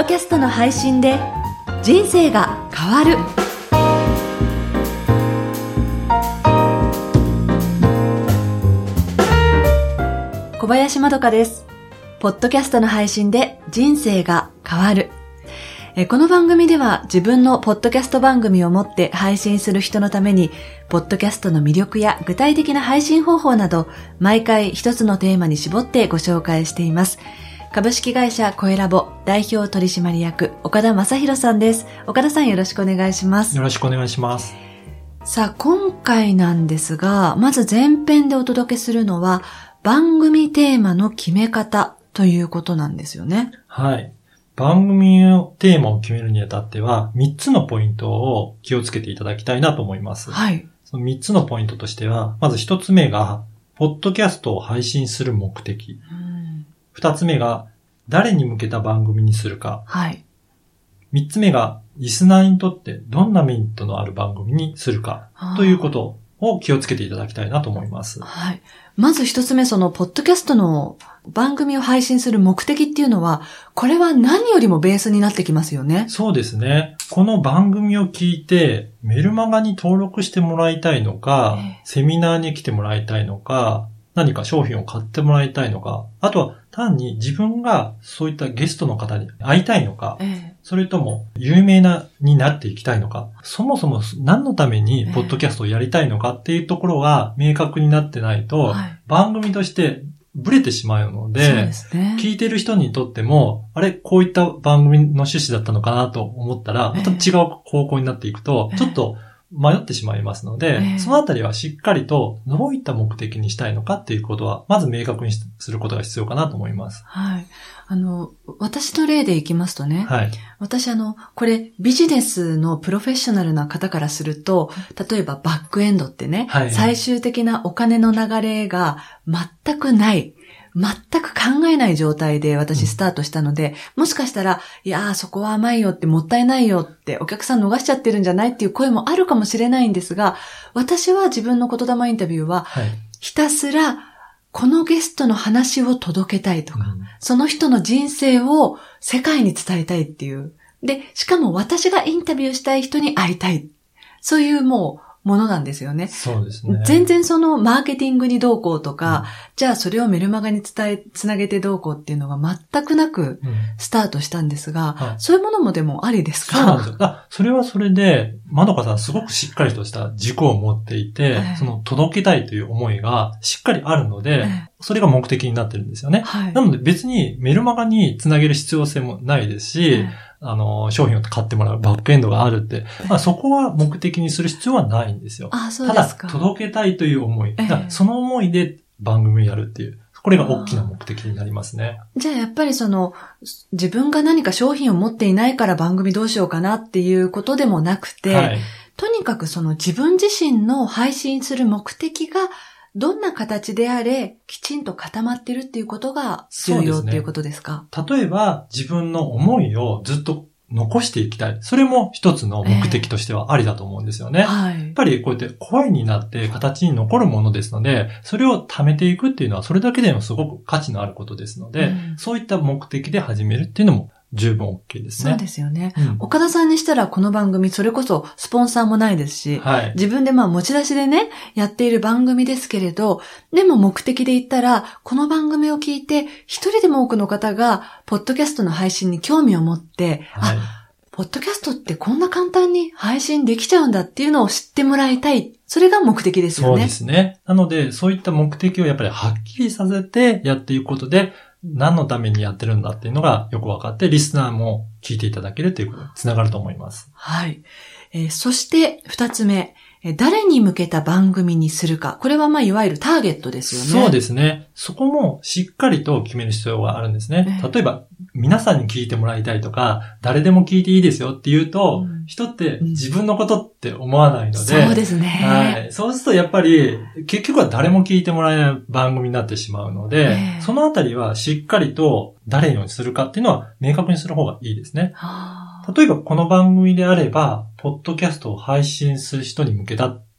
キャストの配信で人生が変わる。小林まどかです。ポッドキャストの配信で人生が変わる。この番組では自分のポッドキャスト番組を持って配信する人のために、ポッドキャストの魅力や具体的な配信方法など、毎回一つのテーマに絞ってご紹介しています。株式会社コエラボ代表取締役岡田正宏さんです。岡田さん、よろしくお願いします。 よろしくお願いします。 さあ、今回なんですが、まず前編でお届けするのは番組テーマの決め方ということなんですよね。 はい。番組のテーマを決めるにあたっては3つのポイントを気をつけていただきたいなと思います。 はい。 その3つのポイントとしては、まず1つ目がポッドキャストを配信する目的。2つ目が誰に向けた番組にするか。 はい。 3つ目がリスナーにとってどんなメリットのある番組にするかということを気をつけていただきたいなと思います。 はい。まず1つ目、そのポッドキャストの番組を配信する目的っていうのは、これは何よりもベースになってきますよね。 そうですね。この番組を聞いてメルマガに登録してもらいたいのか、セミナーに来てもらいたいのか、何か商品を買ってもらいたいのか、あとは単に自分がそういったゲストの方に会いたいのか、それとも有名になっていきたいのか、そもそも何のためにポッドキャストをやりたいのかっていうところが明確になってないと、番組としてブレてしまうので、聞いてる人にとっても、あれ、こういった番組の趣旨だったのかなと思ったら、また違う方向になっていくと、ちょっと迷ってしまいますので、そのあたりはしっかりとどういった目的にしたいのかっていうことは、まず明確にすることが必要かなと思います。 はい。私の例でいきますとね、 はい。 私これビジネスのプロフェッショナルな方からすると、例えばバックエンドってね、はい、最終的なお金の流れが全くない。全く考えない状態で私スタートしたので、もしかしたら、いやーそこは甘いよってもったいないよってお客さん逃しちゃってるんじゃないっていう声もあるかもしれないんですが、私は自分の言霊インタビューは、ひたすらこのゲストの話を届けたいとか、その人の人生を世界に伝えたいっていう。で、しかも私がインタビューしたい人に会いたい。そういうものなんですよね。 そうですね。 全然そのマーケティングにどうこうとか、じゃあそれをメルマガにつなげてどうこうっていうのが全くなくスタートしたんですが、そういうものもでもありですか？ そうなんですよ。それはそれで、まどかさんすごくしっかりとした軸を持っていて、その届けたいという思いがしっかりあるので、それが目的になってるんですよね。なので別にメルマガにつなげる必要性もないですし、商品を買ってもらうバックエンドがあるって、そこは目的にする必要はないんですよ。 そうですか。 ただ、届けたいという思い。その思いで番組をやるっていう。これが大きな目的になりますね。 じゃあやっぱり自分が何か商品を持っていないから番組どうしようかなっていうことでもなくて、とにかく自分自身の配信する目的がどんな形であれ、きちんと固まってるっていうことが重要っていうことですか？ 例えば、自分の思いをずっと残していきたい。それも一つの目的としてはありだと思うんですよね。やっぱりこうやって声になって形に残るものですので、それを貯めていくっていうのはそれだけでもすごく価値のあることですので、そういった目的で始めるっていうのも十分 OK ですね。 そうですよね。岡田さんにしたらこの番組、それこそスポンサーもないですし、自分で持ち出しでね、やっている番組ですけれど、でも目的で言ったら、この番組を聞いて、一人でも多くの方が、ポッドキャストの配信に興味を持って、ポッドキャストってこんな簡単に配信できちゃうんだっていうのを知ってもらいたい。それが目的ですよね。 そうですね。なので、そういった目的をやっぱりはっきりさせてやっていくことで、何のためにやってるんだっていうのがよく分かって、リスナーも聞いていただけるということにつながると思います。 はい。そして二つ目、誰に向けた番組にするか。これはいわゆるターゲットですよね。 そうですね。そこもしっかりと決める必要があるんですね。例えば、皆さんに聞いてもらいたいとか、誰でも聞いていいですよって言うと、人って自分のことって思わないので、 そうですね。 そうするとやっぱり、結局は誰も聞いてもらえない番組になってしまうので、そのあたりはしっかりと誰にするかっていうのは明確にする方がいいですね。例えばこの番組であれば、ポッドキャストを配信する人に向けた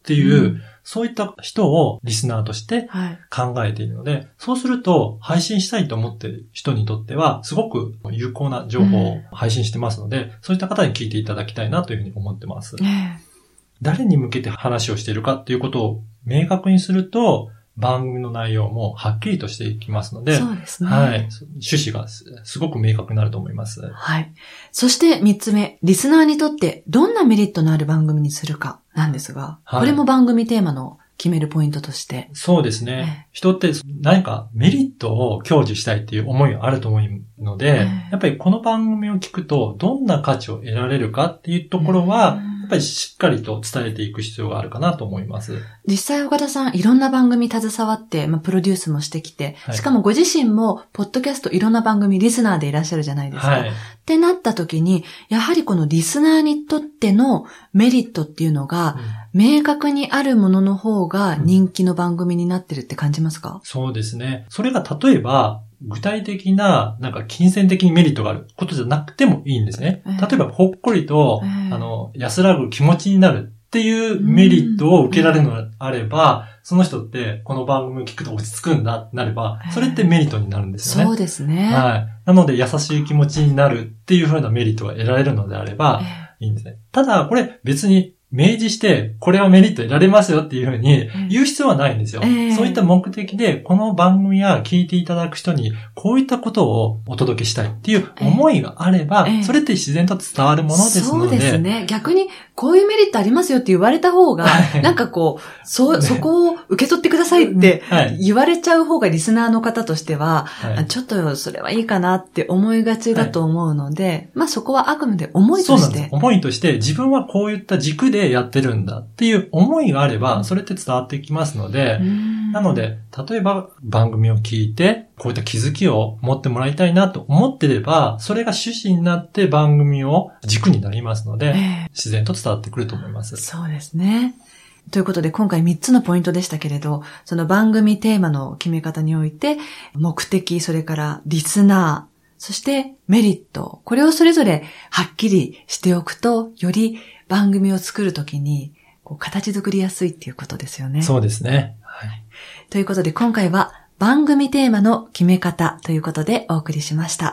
っていう、そういった人をリスナーとして考えているので、そうすると配信したいと思っている人にとってはすごく有効な情報を配信してますので、そういった方に聞いていただきたいなというふうに思ってます。誰に向けて話をしているかっていうことを明確にすると、番組の内容もはっきりとしていきますので、 そうですね。 はい。趣旨がすごく明確になると思います。 はい。そして3つ目、リスナーにとってどんなメリットのある番組にするかなんですが、はい、これも番組テーマの決めるポイントとして。 そうですね。人って何かメリットを享受したいっていう思いがあると思うので、やっぱりこの番組を聞くとどんな価値を得られるかっていうところは、やっぱりしっかりと伝えていく必要があるかなと思います。 実際岡田さんいろんな番組携わって、プロデュースもしてきて、しかもご自身もポッドキャストいろんな番組リスナーでいらっしゃるじゃないですか。はい、ってなった時に、やはりこのリスナーにとってのメリットっていうのが、明確にあるものの方が人気の番組になってるって感じますか？ そうですね。それが例えば、具体的な、金銭的にメリットがあることじゃなくてもいいんですね。例えば、ほっこりと、安らぐ気持ちになるっていうメリットを受けられるのであれば、その人ってこの番組を聞くと落ち着くんだってなれば、それってメリットになるんですよね。 そうですね。 はい。なので、優しい気持ちになるっていう風なメリットが得られるのであれば、いいんですね。ただ、これ別に、明示して、これはメリット得られますよっていうふうに言う必要はないんですよ。そういった目的で、この番組や聞いていただく人に、こういったことをお届けしたいっていう思いがあれば、それって自然と伝わるものですので。 そうですね。逆に、こういうメリットありますよって言われた方が、そこを受け取ってくださいって言われちゃう方がリスナーの方としては、ちょっとそれはいいかなって思いがちだと思うので、そこはあくまで思いとして。 そうなんです。思いとして、自分はこういった軸でやってるんだっていう思いがあれば、それって伝わってきますので、なので、例えば番組を聞いて、こういった気づきを持ってもらいたいなと思ってれば、それが趣旨になって番組を軸になりますので、自然と伝わってくると思います。 そうですね。ということで今回3つのポイントでしたけれど、その番組テーマの決め方において、目的、それからリスナー、そしてメリット、これをそれぞれはっきりしておくと、より番組を作るときに形作りやすいっていうことですよね。 そうですね。はい。 ということで今回は番組テーマの決め方ということでお送りしました。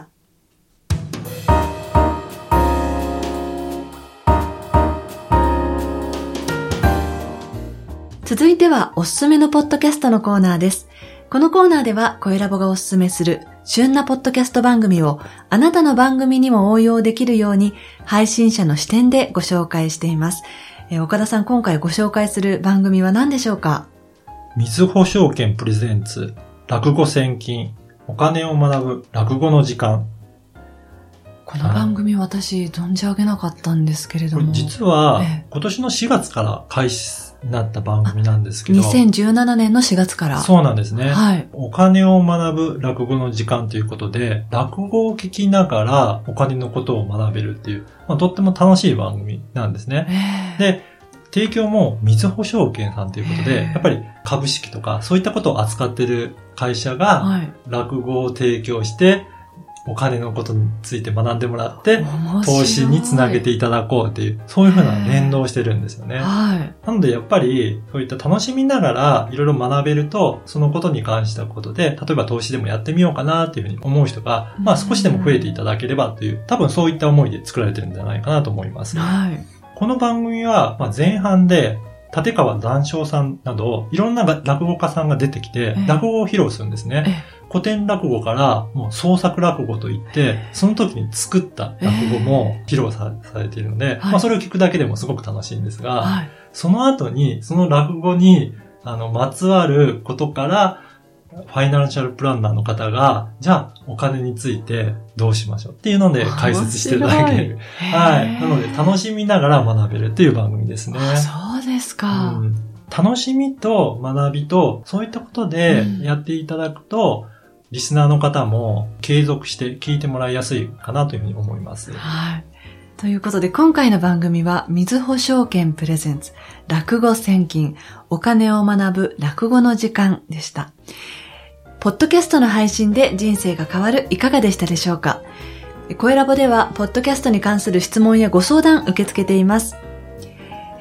続いてはおすすめのポッドキャストのコーナーです。このコーナーでは声ラボがおすすめする旬なポッドキャスト番組をあなたの番組にも応用できるように配信者の視点でご紹介しています。岡田さん、今回ご紹介する番組は何でしょうか？ みずほ証券プレゼンツ落語千金お金を学ぶ落語の時間。 この番組私存じ上げなかったんですけれども、 実は今年の4月から開始になった番組なんですけど、 2017年の4月から。 そうなんですね。 はい。 お金を学ぶ落語の時間ということで、落語を聞きながらお金のことを学べるっていう、とっても楽しい番組なんですね。で、提供もみずほ証券さんということで、やっぱり株式とかそういったことを扱っている会社が落語を提供して、お金のことについて学んでもらって、投資につなげていただこうっていう、そういうふうな連動してるんですよね。 はい。 なのでやっぱり、そういった楽しみながらいろいろ学べると、そのことに関したことで、例えば投資でもやってみようかなっていうふうに思う人が、少しでも増えていただければという、多分そういった思いで作られてるんじゃないかなと思います。 はい。 この番組は、前半で、立川談笑さんなど、いろんな落語家さんが出てきて、落語を披露するんですね。古典落語からもう創作落語といって、その時に作った落語も披露されているので、それを聞くだけでもすごく楽しいんですが、その後に、その落語に、まつわることから、ファイナンシャルプランナーの方が、じゃあお金についてどうしましょうっていうので解説していただける。はい。なので楽しみながら学べるっていう番組ですね。 そうですか。 楽しみと学びと、そういったことでやっていただくと、リスナーの方も継続して聞いてもらいやすいかなというふうに思います。 はい。ということで今回の番組はみずほ証券プレゼンツ落語千金お金を学ぶ落語の時間でした。ポッドキャストの配信で人生が変わるいかがでしたでしょうか？声ラボではポッドキャストに関する質問やご相談受け付けています。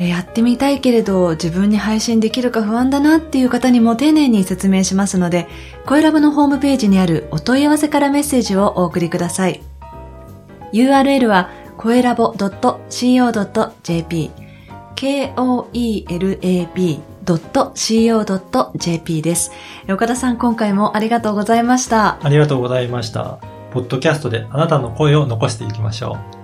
やってみたいけれど自分に配信できるか不安だなっていう方にも丁寧に説明しますので、声ラボのホームページにあるお問い合わせからメッセージをお送りください。URL は声ラボ .co.jp koelab.co.jp です。岡田さん、今回もありがとうございました。 ありがとうございました。ポッドキャストであなたの声を残していきましょう。